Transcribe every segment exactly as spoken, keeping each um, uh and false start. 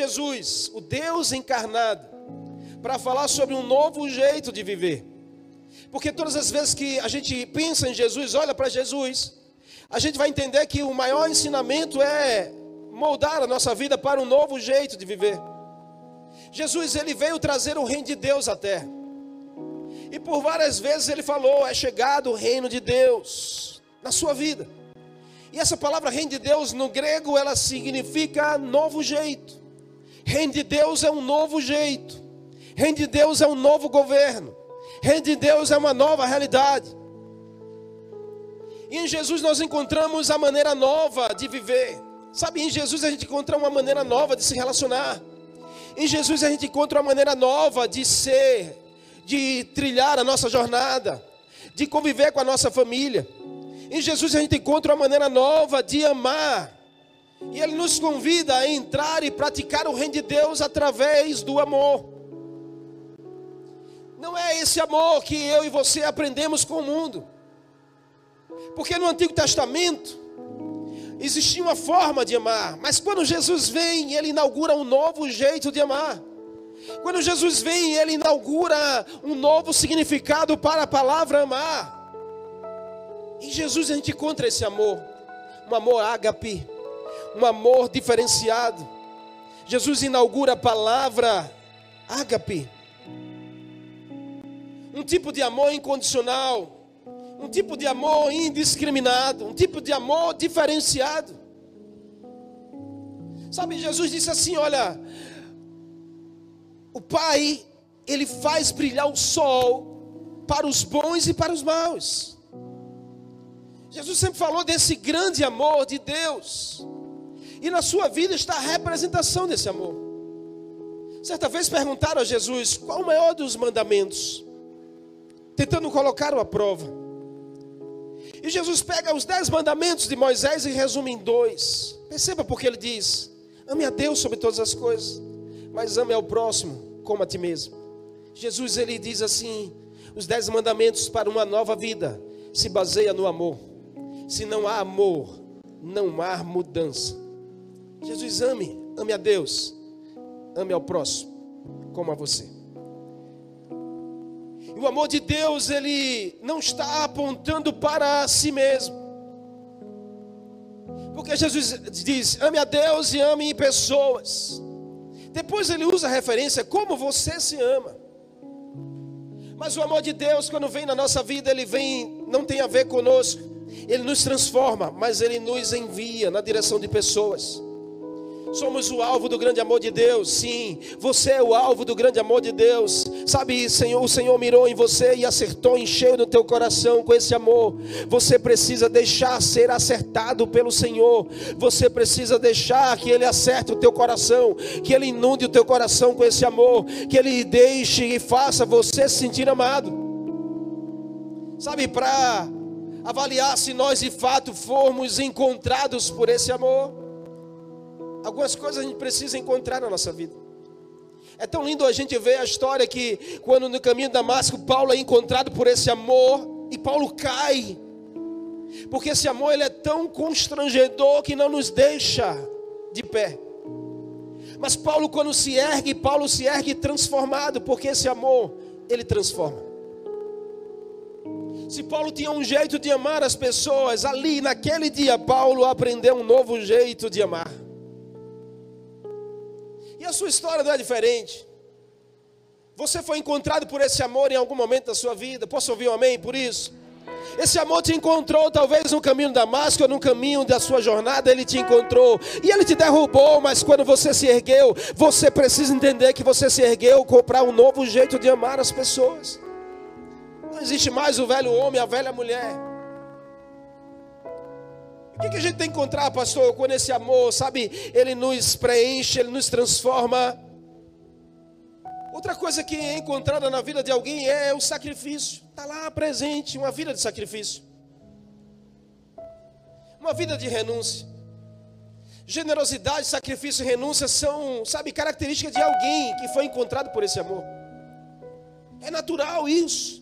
Jesus, o Deus encarnado, para falar sobre um novo jeito de viver. Porque todas as vezes que a gente pensa em Jesus, olha para Jesus, a gente vai entender que o maior ensinamento é moldar a nossa vida para um novo jeito de viver. Jesus, ele veio trazer o reino de Deus à terra. E por várias vezes ele falou, é chegado o reino de Deus na sua vida. E essa palavra reino de Deus no grego, ela significa novo jeito. Reino de Deus é um novo jeito. Reino de Deus é um novo governo. Reino de Deus é uma nova realidade. E em Jesus nós encontramos a maneira nova de viver. Sabe, em Jesus a gente encontra uma maneira nova de se relacionar. Em Jesus a gente encontra uma maneira nova de ser, de trilhar a nossa jornada, de conviver com a nossa família. Em Jesus a gente encontra uma maneira nova de amar. E Ele nos convida a entrar e praticar o reino de Deus através do amor. Não é esse amor que eu e você aprendemos com o mundo. Porque no Antigo Testamento existia uma forma de amar. Mas quando Jesus vem, Ele inaugura um novo jeito de amar. Quando Jesus vem, Ele inaugura um novo significado para a palavra amar. Em Jesus a gente encontra esse amor. Um amor ágape. Um amor diferenciado. Jesus inaugura a palavra ágape. Um tipo de amor incondicional. Um tipo de amor indiscriminado. Um tipo de amor diferenciado. Sabe, Jesus disse assim, olha, o Pai, Ele faz brilhar o sol para os bons e para os maus. Jesus sempre falou desse grande amor de Deus. E na sua vida está a representação desse amor. Certa vez perguntaram a Jesus, qual o maior dos mandamentos? Tentando colocar-o à prova. E Jesus pega os dez mandamentos de Moisés e resume em dois. Perceba porque ele diz, ame a Deus sobre todas as coisas, mas ame ao próximo como a ti mesmo. Jesus, ele diz assim, os dez mandamentos para uma nova vida se baseia no amor. Se não há amor, não há mudança. Jesus, ame, ame a Deus, ame ao próximo como a você. E o amor de Deus, ele não está apontando para si mesmo. Porque Jesus diz, ame a Deus e ame pessoas. Depois ele usa a referência, como você se ama. Mas o amor de Deus, quando vem na nossa vida, ele vem, não tem a ver conosco. Ele nos transforma, mas ele nos envia na direção de pessoas. Somos o alvo do grande amor de Deus. Sim, você é o alvo do grande amor de Deus. Sabe, Senhor, o Senhor mirou em você e acertou em cheio no teu coração com esse amor. Você precisa deixar ser acertado pelo Senhor. Você precisa deixar que Ele acerte o teu coração, que Ele inunde o teu coração com esse amor, que Ele deixe e faça você se sentir amado. Sabe, para avaliar se nós de fato formos encontrados por esse amor, algumas coisas a gente precisa encontrar na nossa vida. É tão lindo a gente ver a história que quando no caminho de Damasco Paulo é encontrado por esse amor e Paulo cai. Porque esse amor ele é tão constrangedor que não nos deixa de pé. Mas Paulo quando se ergue, Paulo se ergue transformado, porque esse amor ele transforma. Se Paulo tinha um jeito de amar as pessoas, ali naquele dia Paulo aprendeu um novo jeito de amar. E a sua história não é diferente. Você foi encontrado por esse amor em algum momento da sua vida. Posso ouvir um amém por isso? Esse amor te encontrou talvez no caminho de Damasco, ou no caminho da sua jornada, ele te encontrou. E ele te derrubou, mas quando você se ergueu, você precisa entender que você se ergueu para um novo jeito de amar as pessoas. Não existe mais o velho homem, a velha mulher. O que, que a gente tem que encontrar, pastor, quando esse amor, sabe, ele nos preenche, ele nos transforma? Outra coisa que é encontrada na vida de alguém é o sacrifício. Está lá presente, uma vida de sacrifício. Uma vida de renúncia. Generosidade, sacrifício e renúncia são, sabe, características de alguém que foi encontrado por esse amor. É natural isso.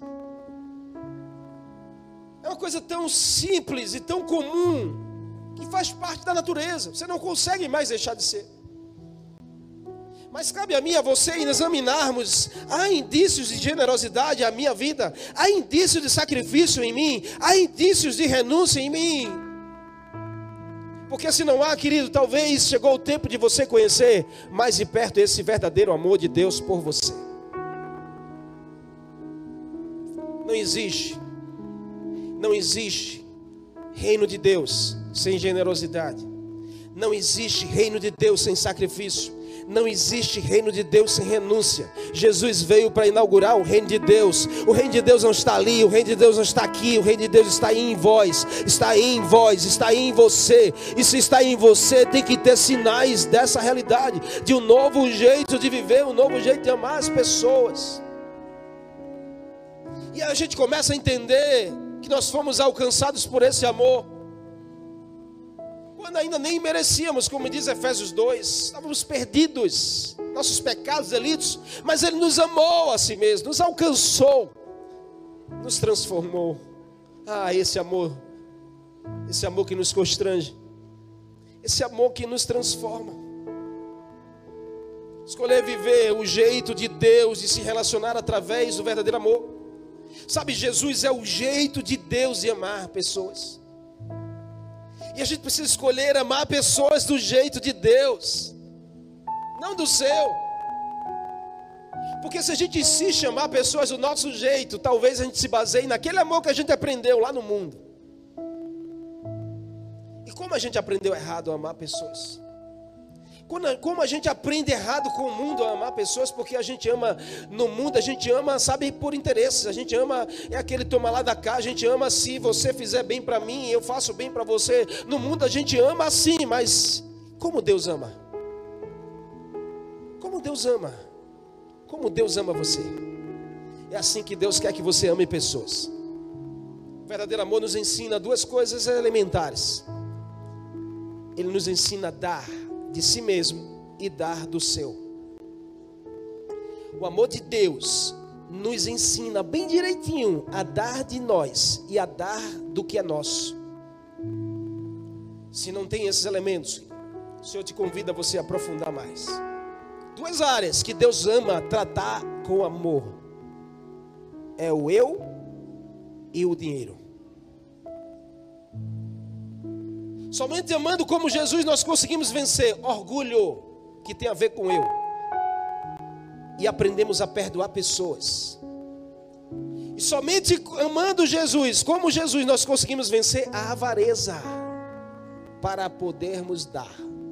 É uma coisa tão simples e tão comum que faz parte da natureza. Você não consegue mais deixar de ser. Mas cabe a mim e a você examinarmos: há indícios de generosidade à minha vida? Há indícios de sacrifício em mim? Há indícios de renúncia em mim? Porque se não há, querido, talvez chegou o tempo de você conhecer mais de perto esse verdadeiro amor de Deus por você. Não existe, não existe reino de Deus sem generosidade. Não existe reino de Deus sem sacrifício. Não existe reino de Deus sem renúncia. Jesus veio para inaugurar o reino de Deus. O reino de Deus não está ali, o reino de Deus não está aqui. O reino de Deus está aí em vós, está aí em vós, está aí em você. E se está aí em você, tem que ter sinais dessa realidade, de um novo jeito de viver, um novo jeito de amar as pessoas. E aí a gente começa a entender que nós fomos alcançados por esse amor quando ainda nem merecíamos, como diz Efésios dois, estávamos perdidos, nossos pecados, delitos, mas Ele nos amou a si mesmo, nos alcançou, nos transformou. Ah, esse amor, esse amor que nos constrange, esse amor que nos transforma. Escolher viver o jeito de Deus de se relacionar através do verdadeiro amor. Sabe, Jesus é o jeito de Deus de amar pessoas. E a gente precisa escolher amar pessoas do jeito de Deus, não do seu. Porque se a gente insiste em amar pessoas do nosso jeito, talvez a gente se baseie naquele amor que a gente aprendeu lá no mundo. E como a gente aprendeu errado a amar pessoas? Como a gente aprende errado com o mundo a amar pessoas? Porque a gente ama no mundo, a gente ama, sabe, por interesses. A gente ama, é aquele toma lá da cá. A gente ama se você fizer bem para mim, eu faço bem para você. No mundo a gente ama assim, mas como Deus ama? Como Deus ama? Como Deus ama você? É assim que Deus quer que você ame pessoas. O verdadeiro amor nos ensina duas coisas elementares. Ele nos ensina a dar de si mesmo e dar do seu. O amor de Deus nos ensina bem direitinho a dar de nós e a dar do que é nosso. Se não tem esses elementos, o Senhor te convida a você aprofundar mais. Duas áreas que Deus ama tratar com amor: é o eu e o dinheiro. Somente amando como Jesus nós conseguimos vencer orgulho, que tem a ver com eu, e aprendemos a perdoar pessoas. E somente amando Jesus como Jesus nós conseguimos vencer a avareza, para podermos dar.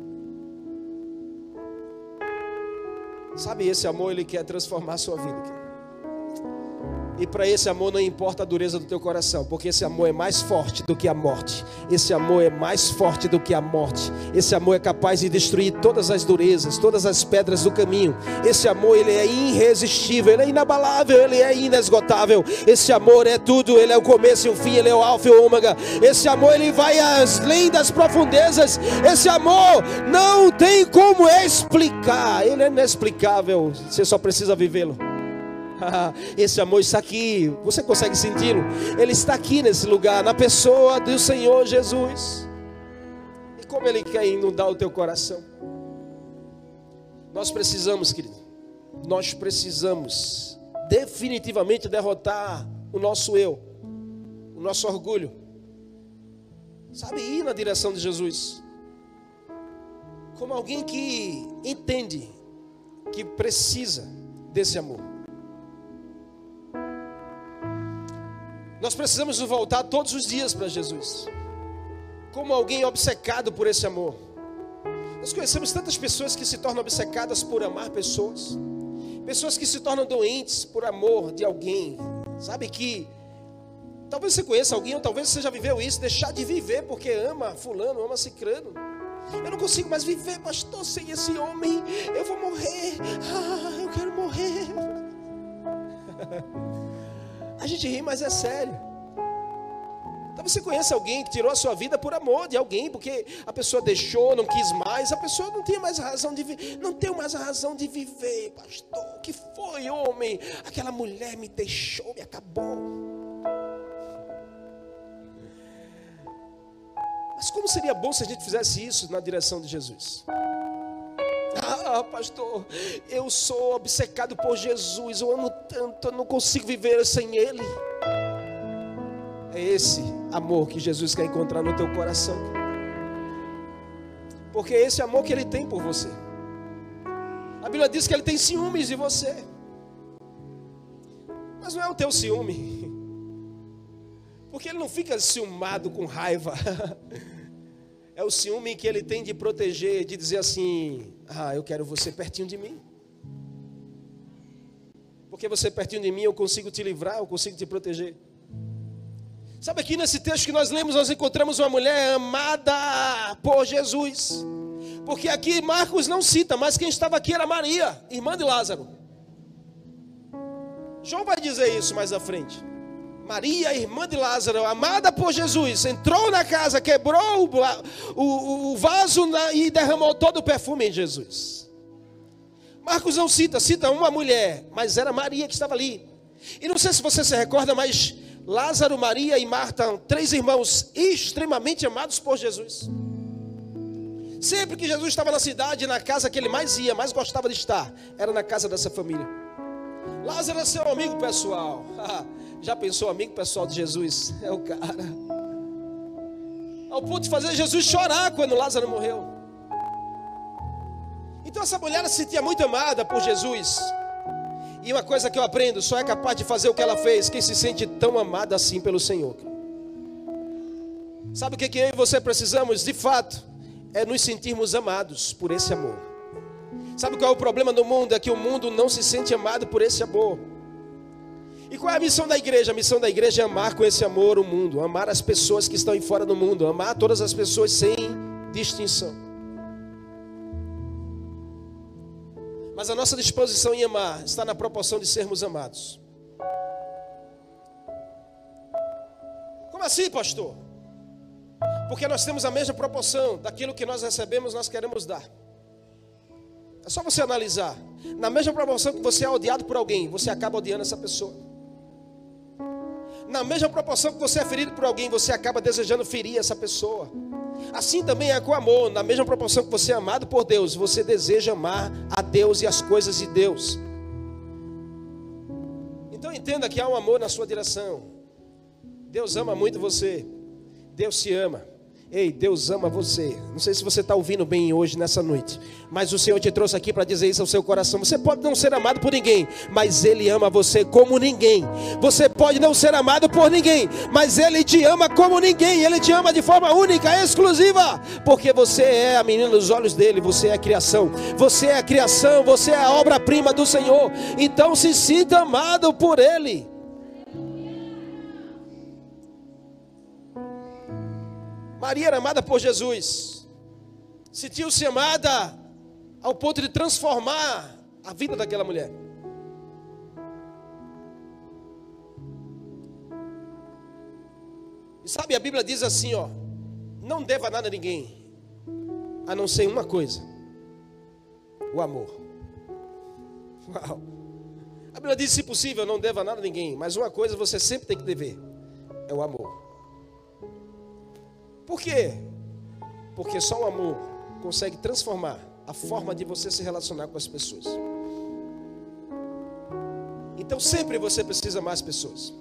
Sabe, esse amor ele quer transformar a sua vida. E para esse amor não importa a dureza do teu coração, porque esse amor é mais forte do que a morte. Esse amor é mais forte do que a morte. Esse amor é capaz de destruir todas as durezas, todas as pedras do caminho. Esse amor ele é irresistível, ele é inabalável, ele é inesgotável. Esse amor é tudo, ele é o começo e o fim, ele é o alfa e o ômega. Esse amor ele vai além das profundezas. Esse amor não tem como explicar, ele é inexplicável, você só precisa vivê-lo. Esse amor está aqui, você consegue senti-lo? Ele está aqui nesse lugar, na pessoa do Senhor Jesus. E como Ele quer inundar o teu coração. Nós precisamos, querido, nós precisamos definitivamente derrotar o nosso eu, o nosso orgulho. Sabe, ir na direção de Jesus, como alguém que entende que precisa desse amor. Nós precisamos nos voltar todos os dias para Jesus, como alguém obcecado por esse amor. Nós conhecemos tantas pessoas que se tornam obcecadas por amar pessoas, pessoas que se tornam doentes por amor de alguém. Sabe que talvez você conheça alguém, ou talvez você já viveu isso, deixar de viver porque ama fulano, ama cicrano. Eu não consigo mais viver, pastor, sem esse homem, eu vou morrer. Ah, eu quero morrer. A gente ri, mas é sério. Então você conhece alguém que tirou a sua vida por amor de alguém, porque a pessoa deixou, não quis mais, a pessoa não tem mais razão de viver, não tem mais a razão de viver. Pastor, o que foi, homem? Aquela mulher me deixou, me acabou. Mas como seria bom se a gente fizesse isso na direção de Jesus? Ah, pastor, eu sou obcecado por Jesus, eu amo tanto, eu não consigo viver sem Ele. É esse amor que Jesus quer encontrar no teu coração, porque é esse amor que Ele tem por você. A Bíblia diz que Ele tem ciúmes de você, mas não é o teu ciúme, porque Ele não fica ciumado com raiva. É o ciúme que Ele tem de proteger, de dizer assim: ah, eu quero você pertinho de mim, porque você pertinho de mim eu consigo te livrar, eu consigo te proteger. Sabe, aqui nesse texto que nós lemos, nós encontramos uma mulher amada por Jesus, porque aqui Marcos não cita, mas quem estava aqui era Maria, irmã de Lázaro. João vai dizer isso mais à frente. Maria, irmã de Lázaro, amada por Jesus, entrou na casa, quebrou o, o, o vaso na, e derramou todo o perfume em Jesus. Marcos não cita, cita uma mulher, mas era Maria que estava ali. E não sei se você se recorda, mas Lázaro, Maria e Marta, três irmãos extremamente amados por Jesus. Sempre que Jesus estava na cidade, na casa que ele mais ia, mais gostava de estar, era na casa dessa família. Lázaro é seu amigo pessoal. Já pensou, amigo pessoal de Jesus? É o cara. Ao ponto de fazer Jesus chorar quando Lázaro morreu. Então essa mulher se sentia muito amada por Jesus. E uma coisa que eu aprendo: só é capaz de fazer o que ela fez quem se sente tão amada assim pelo Senhor. Sabe o que, que eu e você precisamos? De fato, é nos sentirmos amados por esse amor. Sabe qual é o problema do mundo? É que o mundo não se sente amado por esse amor. E qual é a missão da igreja? A missão da igreja é amar com esse amor o mundo, amar as pessoas que estão fora do mundo, amar todas as pessoas sem distinção. Mas a nossa disposição em amar está na proporção de sermos amados. Como assim, pastor? Porque nós temos a mesma proporção daquilo que nós recebemos, nós queremos dar. É só você analisar. Na mesma proporção que você é odiado por alguém, você acaba odiando essa pessoa. Na mesma proporção que você é ferido por alguém, você acaba desejando ferir essa pessoa. Assim também é com o amor. Na mesma proporção que você é amado por Deus, você deseja amar a Deus e as coisas de Deus. Então entenda que há um amor na sua direção. Deus ama muito você. Deus te ama. Ei, Deus ama você. Não sei se você está ouvindo bem hoje, nessa noite, mas o Senhor te trouxe aqui para dizer isso ao seu coração. Você pode não ser amado por ninguém, mas Ele ama você como ninguém. Você pode não ser amado por ninguém, mas Ele te ama como ninguém. Ele te ama de forma única, exclusiva, porque você é a menina dos olhos dele. Você é a criação. Você é a criação, você é a obra-prima do Senhor. Então se sinta amado por Ele. Maria era amada por Jesus, sentiu-se amada ao ponto de transformar a vida daquela mulher. E sabe, a Bíblia diz assim, ó: não deva nada a ninguém, a não ser uma coisa: o amor. Uau. A Bíblia diz, se possível, não deva nada a ninguém, mas uma coisa você sempre tem que dever: é o amor. Por quê? Porque só o amor consegue transformar a forma de você se relacionar com as pessoas. Então sempre você precisa amar as pessoas.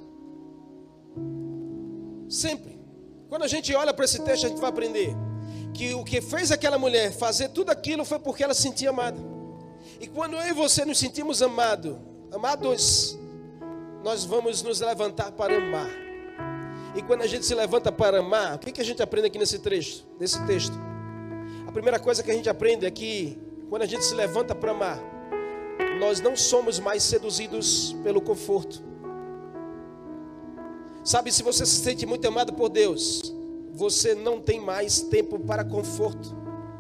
Sempre. Quando a gente olha para esse texto, a gente vai aprender que o que fez aquela mulher fazer tudo aquilo foi porque ela se sentia amada. E quando eu e você nos sentimos amado, amados, nós vamos nos levantar para amar. E quando a gente se levanta para amar, o que, que a gente aprende aqui nesse trecho, nesse texto? A primeira coisa que a gente aprende é que quando a gente se levanta para amar, nós não somos mais seduzidos pelo conforto. Sabe, se você se sente muito amado por Deus, você não tem mais tempo para conforto.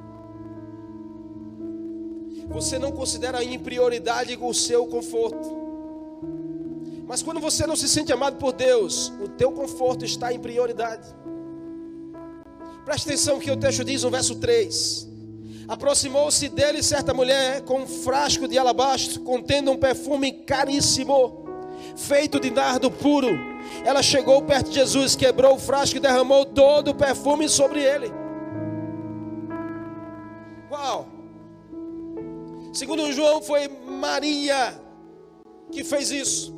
Você não considera em prioridade o seu conforto. Mas quando você não se sente amado por Deus, o teu conforto está em prioridade. Preste atenção que o texto diz no verso três: aproximou-se dele certa mulher com um frasco de alabastro, contendo um perfume caríssimo, feito de nardo puro. Ela chegou perto de Jesus, quebrou o frasco e derramou todo o perfume sobre ele. Uau! Segundo João, foi Maria que fez isso.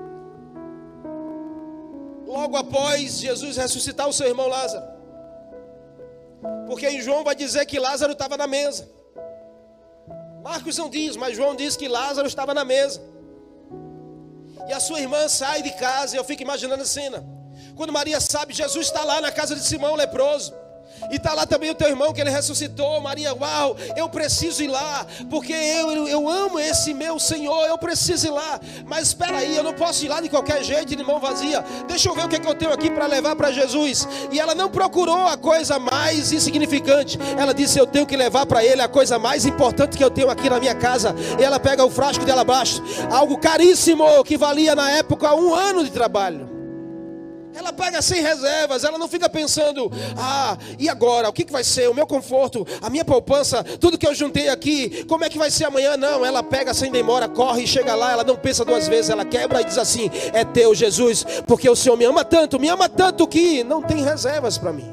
Logo após Jesus ressuscitar o seu irmão Lázaro. Porque em João vai dizer que Lázaro estava na mesa. Marcos não diz, mas João diz que Lázaro estava na mesa. E a sua irmã sai de casa, e eu fico imaginando a cena. Quando Maria sabe, Jesus está lá na casa de Simão leproso. E está lá também o teu irmão que ele ressuscitou. Maria, uau, eu preciso ir lá, porque eu, eu, eu amo esse meu Senhor, eu preciso ir lá. Mas espera aí, eu não posso ir lá de qualquer jeito, de mão vazia. Deixa eu ver o que, é que eu tenho aqui para levar para Jesus. E ela não procurou a coisa mais insignificante. Ela disse, eu tenho que levar para ele a coisa mais importante que eu tenho aqui na minha casa. E ela pega o frasco de alabastro, algo caríssimo, que valia na época um ano de trabalho. Ela paga sem reservas, ela não fica pensando, ah, e agora, o que, que vai ser? O meu conforto, a minha poupança, tudo que eu juntei aqui, como é que vai ser amanhã? Não, ela pega sem demora, corre e chega lá, ela não pensa duas vezes, ela quebra e diz assim, é teu Jesus, porque o Senhor me ama tanto, me ama tanto que não tem reservas para mim.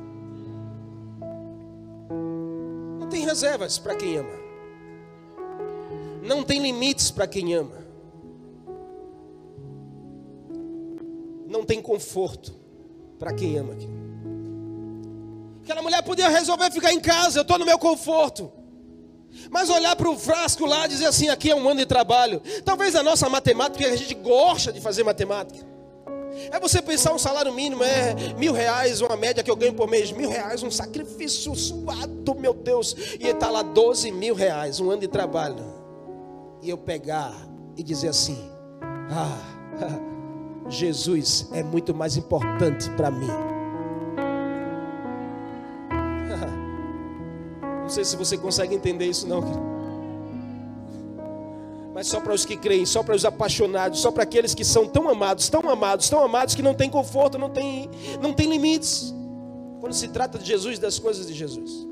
Não tem reservas para quem ama. Não tem limites para quem ama. Não tem conforto para quem ama aqui. Aquela mulher podia resolver ficar em casa, eu estou no meu conforto. Mas olhar para o frasco lá e dizer assim, aqui é um ano de trabalho. Talvez a nossa matemática, a gente gosta de fazer matemática. É você pensar um salário mínimo, é mil reais, uma média que eu ganho por mês. Mil reais, um sacrifício suado, meu Deus. E está lá doze mil reais, um ano de trabalho. E eu pegar e dizer assim, ah... Jesus é muito mais importante para mim. Não sei se você consegue entender isso não, querido. Mas só para os que creem, só para os apaixonados, só para aqueles que são tão amados, tão amados, tão amados que não tem conforto, não tem, não tem limites. Quando se trata de Jesus, das coisas de Jesus.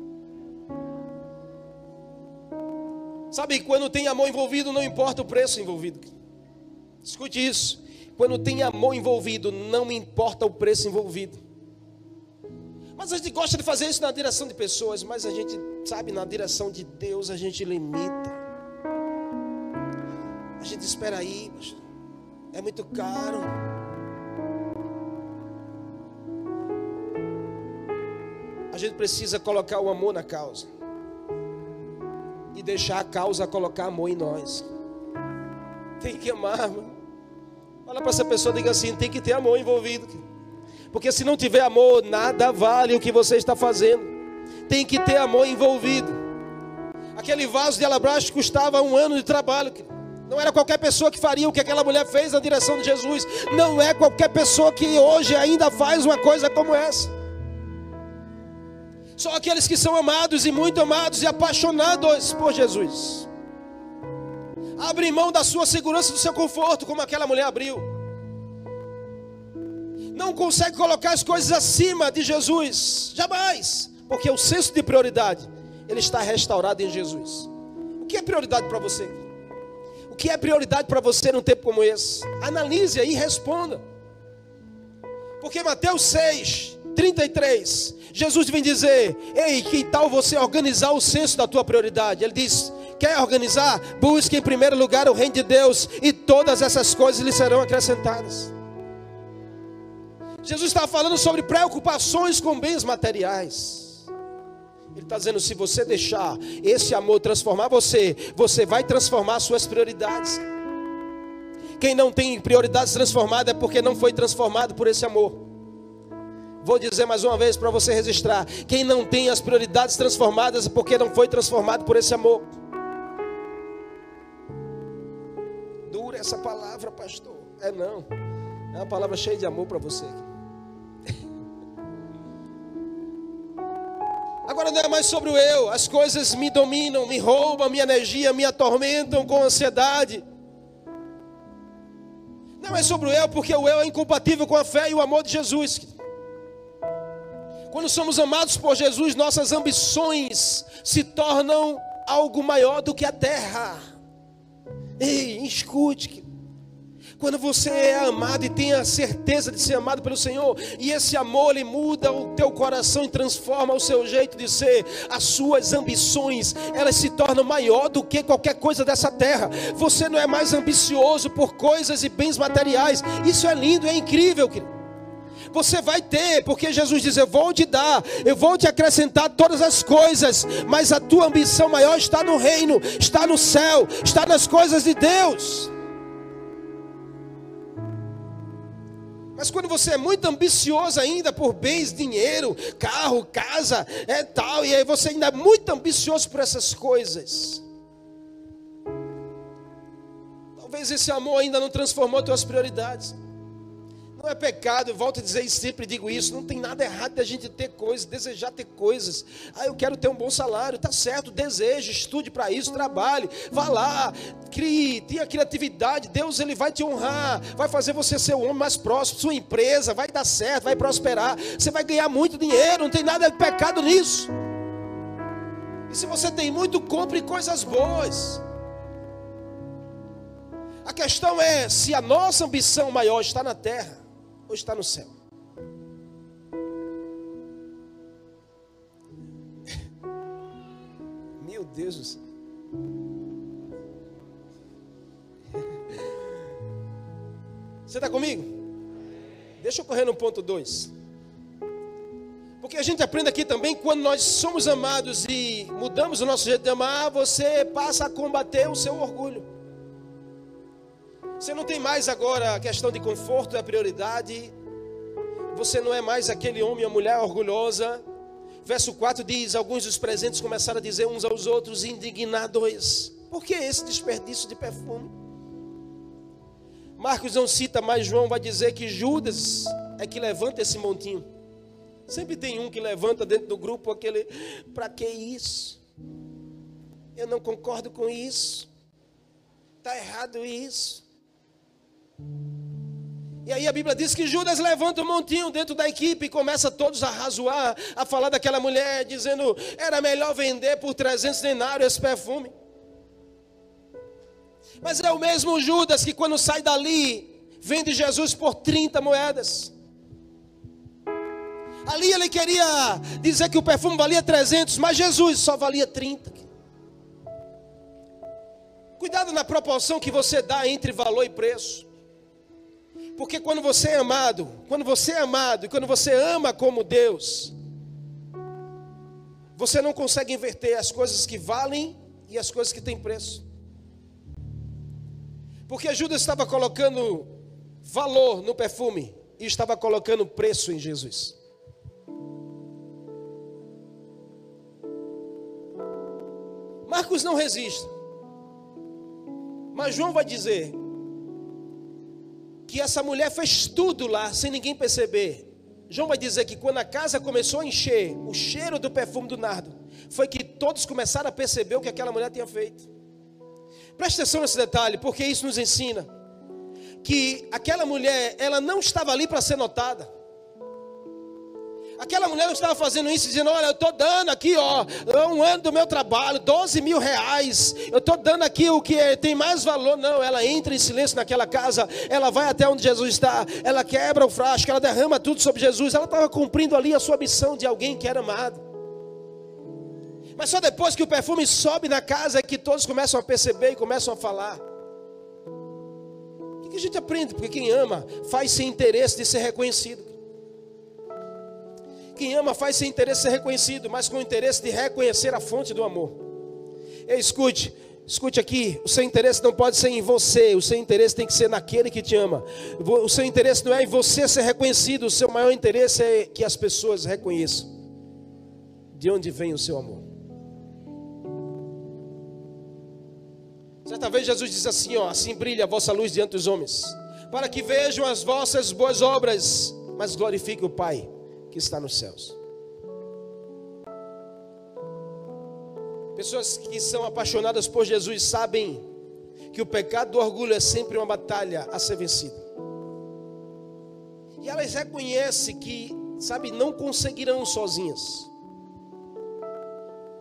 Sabe, quando tem amor envolvido, não importa o preço envolvido. Escute isso. Quando tem amor envolvido, não importa o preço envolvido. Mas a gente gosta de fazer isso na direção de pessoas, mas a gente sabe, na direção de Deus a gente limita. A gente espera aí, é muito caro. A gente precisa colocar o amor na causa e deixar a causa colocar amor em nós. Tem que amar, mano. Olha para essa pessoa e diga assim, tem que ter amor envolvido. Porque se não tiver amor, nada vale o que você está fazendo. Tem que ter amor envolvido. Aquele vaso de alabastro custava um ano de trabalho. Não era qualquer pessoa que faria o que aquela mulher fez na direção de Jesus. Não é qualquer pessoa que hoje ainda faz uma coisa como essa. Só aqueles que são amados e muito amados e apaixonados por Jesus. Abre mão da sua segurança, do seu conforto, como aquela mulher abriu. Não consegue colocar as coisas acima de Jesus, jamais, porque o senso de prioridade, ele está restaurado em Jesus. O que é prioridade para você? O que é prioridade para você num tempo como esse? Analise aí e responda. Porque Mateus seis, trinta e três, Jesus vem dizer, ei, que tal você organizar o senso da tua prioridade? Ele diz, quer organizar? Busque em primeiro lugar o reino de Deus e todas essas coisas lhe serão acrescentadas. Jesus está falando sobre preocupações com bens materiais. Ele está dizendo, se você deixar esse amor transformar você, você vai transformar suas prioridades. Quem não tem prioridades transformadas é porque não foi transformado por esse amor. Vou dizer mais uma vez para você registrar. Quem não tem as prioridades transformadas é porque não foi transformado por esse amor. Dura essa palavra, pastor. É não. É uma palavra cheia de amor para você. Agora não é mais sobre o eu. As coisas me dominam, me roubam minha energia, me atormentam com ansiedade. Não é sobre o eu, porque o eu é incompatível com a fé e o amor de Jesus. Quando somos amados por Jesus, nossas ambições se tornam algo maior do que a terra. Ei, escute. Quando você é amado e tem a certeza de ser amado pelo Senhor, e esse amor ele muda o teu coração e transforma o seu jeito de ser, as suas ambições, elas se tornam maior do que qualquer coisa dessa terra. Você não é mais ambicioso por coisas e bens materiais. Isso é lindo, é incrível, querido. Você vai ter, porque Jesus diz: eu vou te dar, eu vou te acrescentar todas as coisas, mas a tua ambição maior está no reino, está no céu, está nas coisas de Deus. Mas quando você é muito ambicioso ainda por bens, dinheiro, carro, casa, é tal, e aí você ainda é muito ambicioso por essas coisas, talvez esse amor ainda não transformou tuas prioridades. Não é pecado, eu volto a dizer e sempre digo isso, não tem nada errado da gente ter coisas, desejar ter coisas. Ah, eu quero ter um bom salário, tá certo, deseje, estude para isso, trabalhe, vá lá, crie, tenha criatividade. Deus ele vai te honrar, vai fazer você ser o homem mais próximo, sua empresa vai dar certo, vai prosperar, você vai ganhar muito dinheiro, não tem nada de pecado nisso. E se você tem muito, compre coisas boas. A questão é se a nossa ambição maior está na terra ou está no céu. Meu Deus do céu. Você está comigo? Deixa eu correr no ponto dois. Porque a gente aprende aqui também, quando nós somos amados e mudamos o nosso jeito de amar, você passa a combater o seu orgulho. Você não tem mais agora a questão de conforto, é a prioridade. Você não é mais aquele homem ou mulher orgulhosa. Verso quatro diz: alguns dos presentes começaram a dizer uns aos outros, indignados: por que esse desperdício de perfume? Marcos não cita, mas João vai dizer que Judas é que levanta esse montinho. Sempre tem um que levanta dentro do grupo aquele: para que isso? Eu não concordo com isso. Está errado isso. E aí a Bíblia diz que Judas levanta um montinho dentro da equipe e começa todos a razoar, a falar daquela mulher, dizendo: era melhor vender por trezentos denários esse perfume. Mas é o mesmo Judas que quando sai dali, vende Jesus por trinta moedas. Ali ele queria dizer que o perfume valia trezentos, mas Jesus só valia trinta. Cuidado na proporção que você dá entre valor e preço. Porque quando você é amado, quando você é amado e quando você ama como Deus, você não consegue inverter as coisas que valem e as coisas que têm preço. Porque Judas estava colocando valor no perfume e estava colocando preço em Jesus. Marcos não resiste, mas João vai dizer que essa mulher fez tudo lá sem ninguém perceber. João vai dizer que quando a casa começou a encher, o cheiro do perfume do nardo, foi que todos começaram a perceber o que aquela mulher tinha feito. Preste atenção nesse detalhe, porque isso nos ensina que aquela mulher, ela não estava ali para ser notada. Aquela mulher não estava fazendo isso, dizendo: olha, eu estou dando aqui, ó, um ano do meu trabalho, doze mil reais, eu estou dando aqui o que tem mais valor. Não, ela entra em silêncio naquela casa, ela vai até onde Jesus está, ela quebra o frasco, ela derrama tudo sobre Jesus. Ela estava cumprindo ali a sua missão de alguém que era amado. Mas só depois que o perfume sobe na casa é que todos começam a perceber e começam a falar. O que a gente aprende? Porque quem ama faz sem interesse de ser reconhecido. Quem ama faz sem interesse de ser reconhecido, mas com o interesse de reconhecer a fonte do amor. Ei, escute, escute aqui, o seu interesse não pode ser em você, o seu interesse tem que ser naquele que te ama. O seu interesse não é em você ser reconhecido, o seu maior interesse é que as pessoas reconheçam de onde vem o seu amor. Certa vez Jesus disse assim, ó: assim brilha a vossa luz diante dos homens, para que vejam as vossas boas obras, mas glorifiquem o Pai que está nos céus. Pessoas que são apaixonadas por Jesus sabem que o pecado do orgulho é sempre uma batalha a ser vencida. E elas reconhecem que, sabe, não conseguirão sozinhas.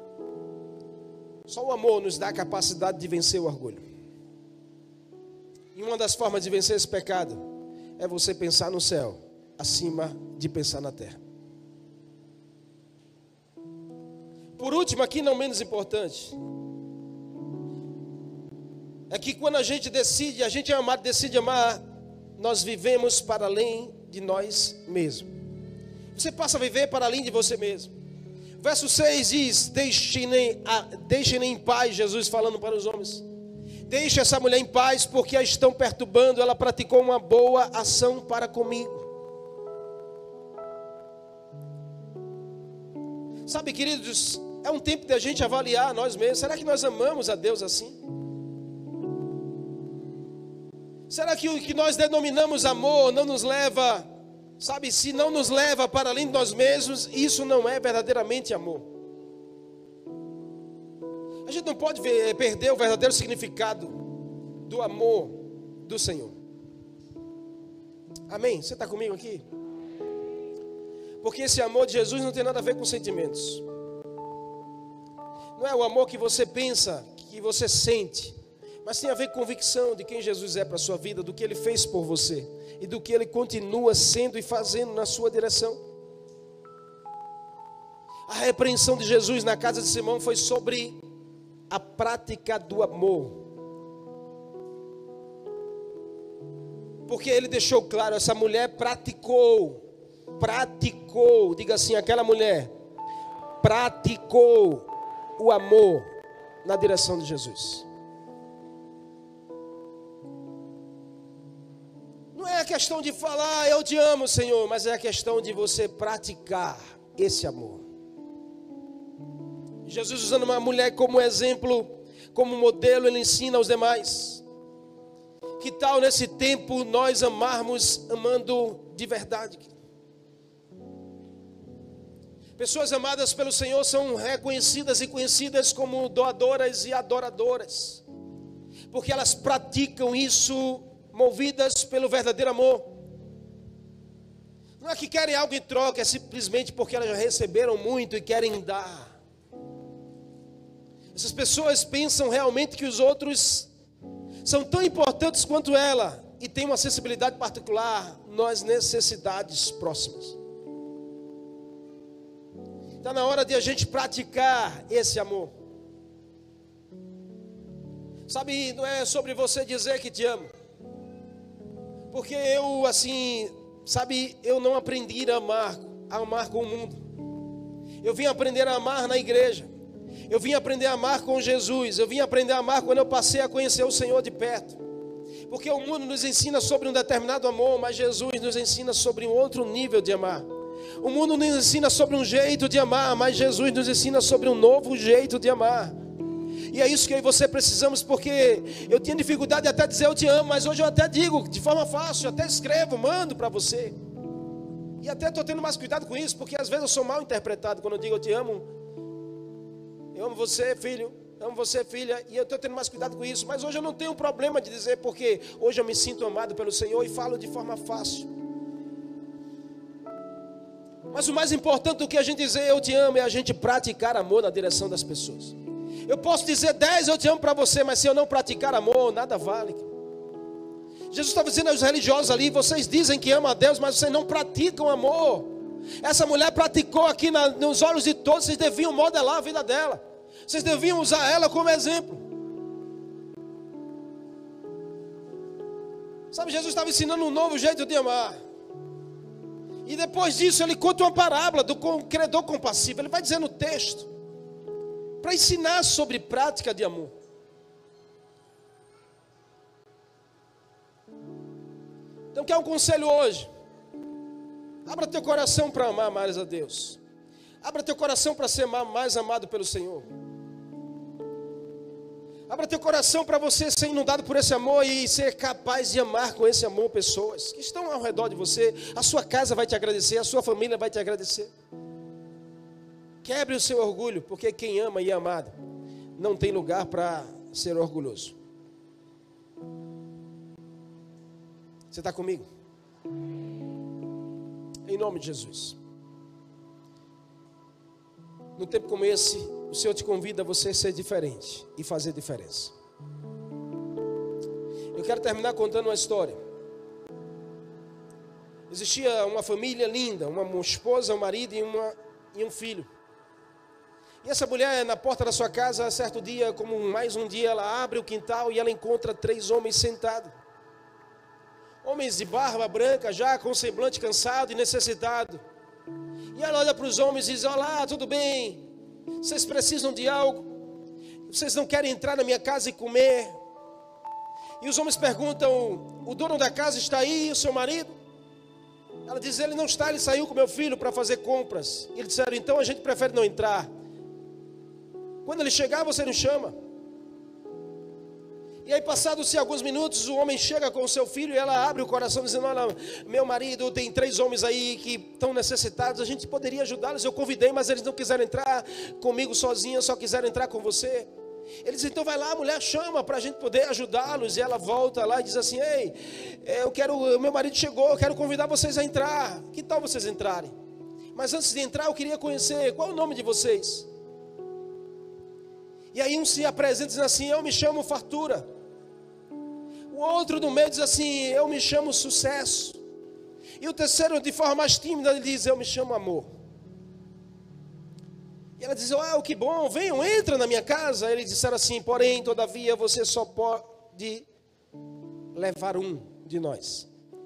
Só o amor nos dá a capacidade de vencer o orgulho. E uma das formas de vencer esse pecado é você pensar no céu, acima de pensar na terra. Por último, aqui não menos importante, é que quando a gente decide, a gente é amado, decide amar, nós vivemos para além de nós mesmos. Você passa a viver para além de você mesmo. Verso seis diz: deixem-me deixem em paz, Jesus falando para os homens. Deixe essa mulher em paz, porque a estão perturbando. Ela praticou uma boa ação para comigo. Sabe, queridos, é um tempo de a gente avaliar nós mesmos. Será que nós amamos a Deus assim? Será que o que nós denominamos amor não nos leva, sabe, se não nos leva para além de nós mesmos, isso não é verdadeiramente amor. A gente não pode ver, perder o verdadeiro significado do amor do Senhor. Amém? Você está comigo aqui? Porque esse amor de Jesus não tem nada a ver com sentimentos. Não é o amor que você pensa, que você sente, mas tem a ver com convicção de quem Jesus é para a sua vida, do que Ele fez por você e do que Ele continua sendo e fazendo na sua direção. A repreensão de Jesus na casa de Simão foi sobre a prática do amor, porque Ele deixou claro, essa mulher praticou, praticou, diga assim, aquela mulher praticou o amor na direção de Jesus. Não é a questão de falar, eu te amo, Senhor, mas é a questão de você praticar esse amor. Jesus, usando uma mulher como exemplo, como modelo, Ele ensina aos demais. Que tal nesse tempo nós amarmos, amando de verdade? Pessoas amadas pelo Senhor são reconhecidas e conhecidas como doadoras e adoradoras, porque elas praticam isso movidas pelo verdadeiro amor. Não é que querem algo em troca, é simplesmente porque elas já receberam muito e querem dar. Essas pessoas pensam realmente que os outros são tão importantes quanto ela e têm uma sensibilidade particular nas necessidades próximas. Está na hora de a gente praticar esse amor. Sabe, não é sobre você dizer que te amo, porque eu assim, sabe, eu não aprendi a amar, a amar com o mundo. Eu vim aprender a amar na igreja. Eu vim aprender a amar com Jesus. Eu vim aprender a amar quando eu passei a conhecer o Senhor de perto. Porque o mundo nos ensina sobre um determinado amor, mas Jesus nos ensina sobre um outro nível de amar. O mundo nos ensina sobre um jeito de amar, mas Jesus nos ensina sobre um novo jeito de amar. E é isso que eu e você precisamos, porque eu tinha dificuldade de até dizer eu te amo, mas hoje eu até digo de forma fácil, eu até escrevo, mando para você. E até estou tendo mais cuidado com isso, porque às vezes eu sou mal interpretado quando eu digo eu te amo. Eu amo você, filho, eu amo você, filha, e eu estou tendo mais cuidado com isso. Mas hoje eu não tenho problema de dizer, porque hoje eu me sinto amado pelo Senhor e falo de forma fácil. Mas o mais importante do que a gente dizer eu te amo é a gente praticar amor na direção das pessoas. Eu posso dizer dez eu te amo para você, mas se eu não praticar amor, nada vale. Jesus estava dizendo aos religiosos ali, vocês dizem que amam a Deus, mas vocês não praticam amor. Essa mulher praticou aqui na, nos olhos de todos, vocês deviam modelar a vida dela. Vocês deviam usar ela como exemplo. Sabe, Jesus estava ensinando um novo jeito de amar. E depois disso ele conta uma parábola do credor compassivo. Ele vai dizer no texto, para ensinar sobre prática de amor. Então quer um conselho hoje? Abra teu coração para amar mais a Deus. Abra teu coração para ser mais amado pelo Senhor. Abra teu coração para você ser inundado por esse amor e ser capaz de amar com esse amor pessoas que estão ao redor de você. A sua casa vai te agradecer, a sua família vai te agradecer. Quebre o seu orgulho, porque quem ama e é amado não tem lugar para ser orgulhoso. Você está comigo? Em nome de Jesus. Num tempo como esse, o Senhor te convida a você ser diferente e fazer diferença. Eu quero terminar contando uma história. Existia uma família linda, uma esposa, um marido e, uma, e um filho. E essa mulher, na porta da sua casa, certo dia, como mais um dia, ela abre o quintal e ela encontra três homens sentados. Homens de barba branca, já com semblante cansado e necessitado. E ela olha para os homens e diz: olá, tudo bem? Vocês precisam de algo? Vocês não querem entrar na minha casa e comer? E os homens perguntam: o dono da casa está aí, o seu marido? Ela diz: ele não está, ele saiu com meu filho para fazer compras. E eles disseram: então a gente prefere não entrar. Quando ele chegar, você nos chama. E aí, passados-se alguns minutos, o homem chega com o seu filho e ela abre o coração dizendo: olha, meu marido, tem três homens aí que estão necessitados, a gente poderia ajudá-los. Eu convidei, mas eles não quiseram entrar comigo sozinhos, só quiseram entrar com você. Ele diz: então vai lá, a mulher chama para a gente poder ajudá-los. E ela volta lá e diz assim: ei, eu quero, meu marido chegou, eu quero convidar vocês a entrar. Que tal vocês entrarem? Mas antes de entrar, eu queria conhecer, qual é o nome de vocês? E aí um se apresenta e diz assim: eu me chamo Fartura. O outro no meio diz assim: eu me chamo Sucesso. E o terceiro, de forma mais tímida, ele diz: eu me chamo Amor. E ela diz: ah, que bom, venham, entra na minha casa. Eles disseram assim: porém, todavia, você só pode levar um de nós.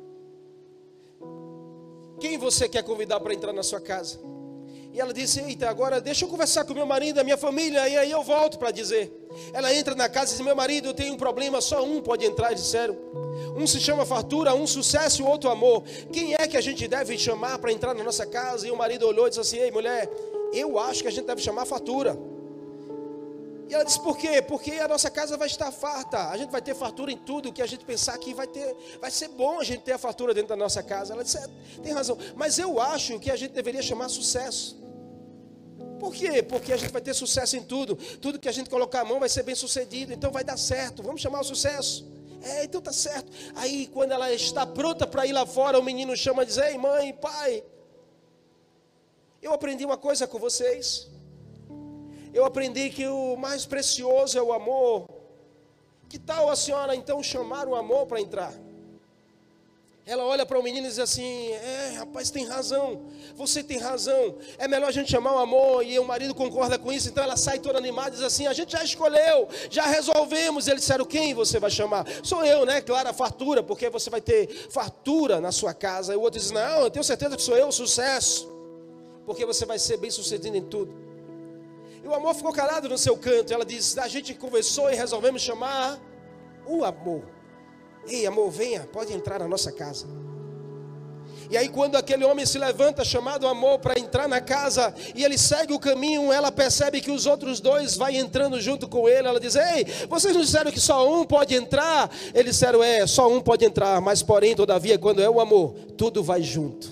Quem você quer convidar para entrar na sua casa? E ela disse: eita, agora deixa eu conversar com meu marido, a minha família, e aí eu volto para dizer. Ela entra na casa e diz: meu marido, eu tenho um problema, só um pode entrar. Eles disseram: um se chama Fartura, um Sucesso e o outro Amor. Quem é que a gente deve chamar para entrar na nossa casa? E o marido olhou e disse assim: ei, mulher, eu acho que a gente deve chamar Fartura. E ela disse: por quê? Porque a nossa casa vai estar farta, a gente vai ter fartura em tudo que a gente pensar que vai ter, vai ser bom a gente ter a fartura dentro da nossa casa. Ela disse: é, tem razão, mas eu acho que a gente deveria chamar Sucesso. Por quê? Porque a gente vai ter sucesso em tudo. Tudo que a gente colocar a mão vai ser bem sucedido. Então vai dar certo, vamos chamar o Sucesso. É, então tá certo. Aí quando ela está pronta para ir lá fora, o menino chama e diz: ei, mãe, pai, eu aprendi uma coisa com vocês. Eu aprendi que o mais precioso é o amor. Que tal a senhora então chamar o amor para entrar? Ela olha para o menino e diz assim: é, rapaz, tem razão, você tem razão, é melhor a gente chamar o amor. E o marido concorda com isso. Então ela sai toda animada e diz assim: a gente já escolheu, já resolvemos. Eles disseram: quem você vai chamar? Sou eu, né? Claro, a Fartura, porque você vai ter fartura na sua casa. E o outro diz: não, eu tenho certeza que sou eu, Sucesso, porque você vai ser bem sucedido em tudo. E o amor ficou calado no seu canto. Ela diz: a gente conversou e resolvemos chamar o amor. Ei, amor, venha, pode entrar na nossa casa. E aí quando aquele homem se levanta, chamado Amor, para entrar na casa, e ele segue o caminho, ela percebe que os outros dois vão entrando junto com ele. Ela diz: ei, vocês não disseram que só um pode entrar? Eles disseram: é, só um pode entrar, mas porém, todavia, quando é o amor, tudo vai junto.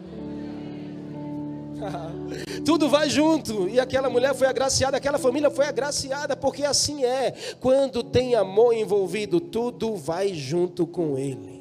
Tudo vai junto. E aquela mulher foi agraciada, aquela família foi agraciada, porque assim é, quando tem amor envolvido, tudo vai junto com ele.